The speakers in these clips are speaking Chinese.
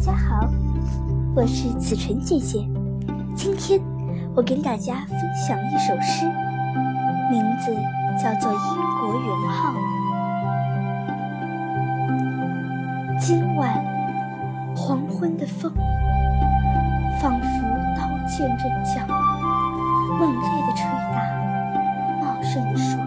家好，我是子纯姐姐。今天我跟大家分享一首诗，名字叫做《英国元号》。今晚黄昏的风，仿佛刀剑刃将，猛烈地捶打茂盛的树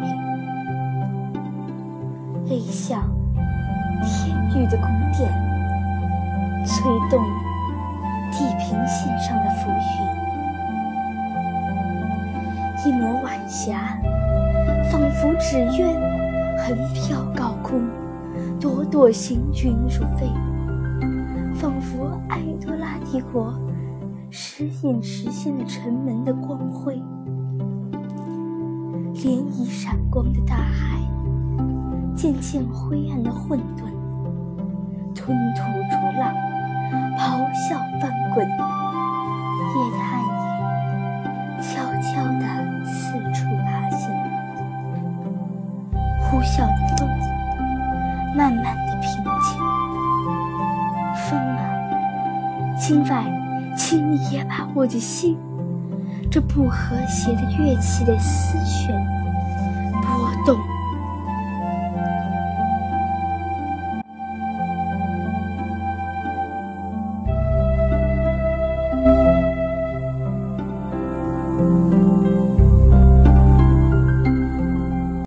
林，擂响天域的宫殿，催动地平线上的浮云。一抹晚霞，仿佛只愿横飘高空，朵朵行云如飞，仿佛埃多拉帝国时隐时现的城门的光辉。涟漪闪光的大海，渐渐灰暗的混沌，吞吐逐浪，咆哮翻滚，夜探也悄悄地四处爬行。呼啸的风，慢慢地平静。风啊，今晚请你也把我的心，这不和谐的乐器的丝弦拨动。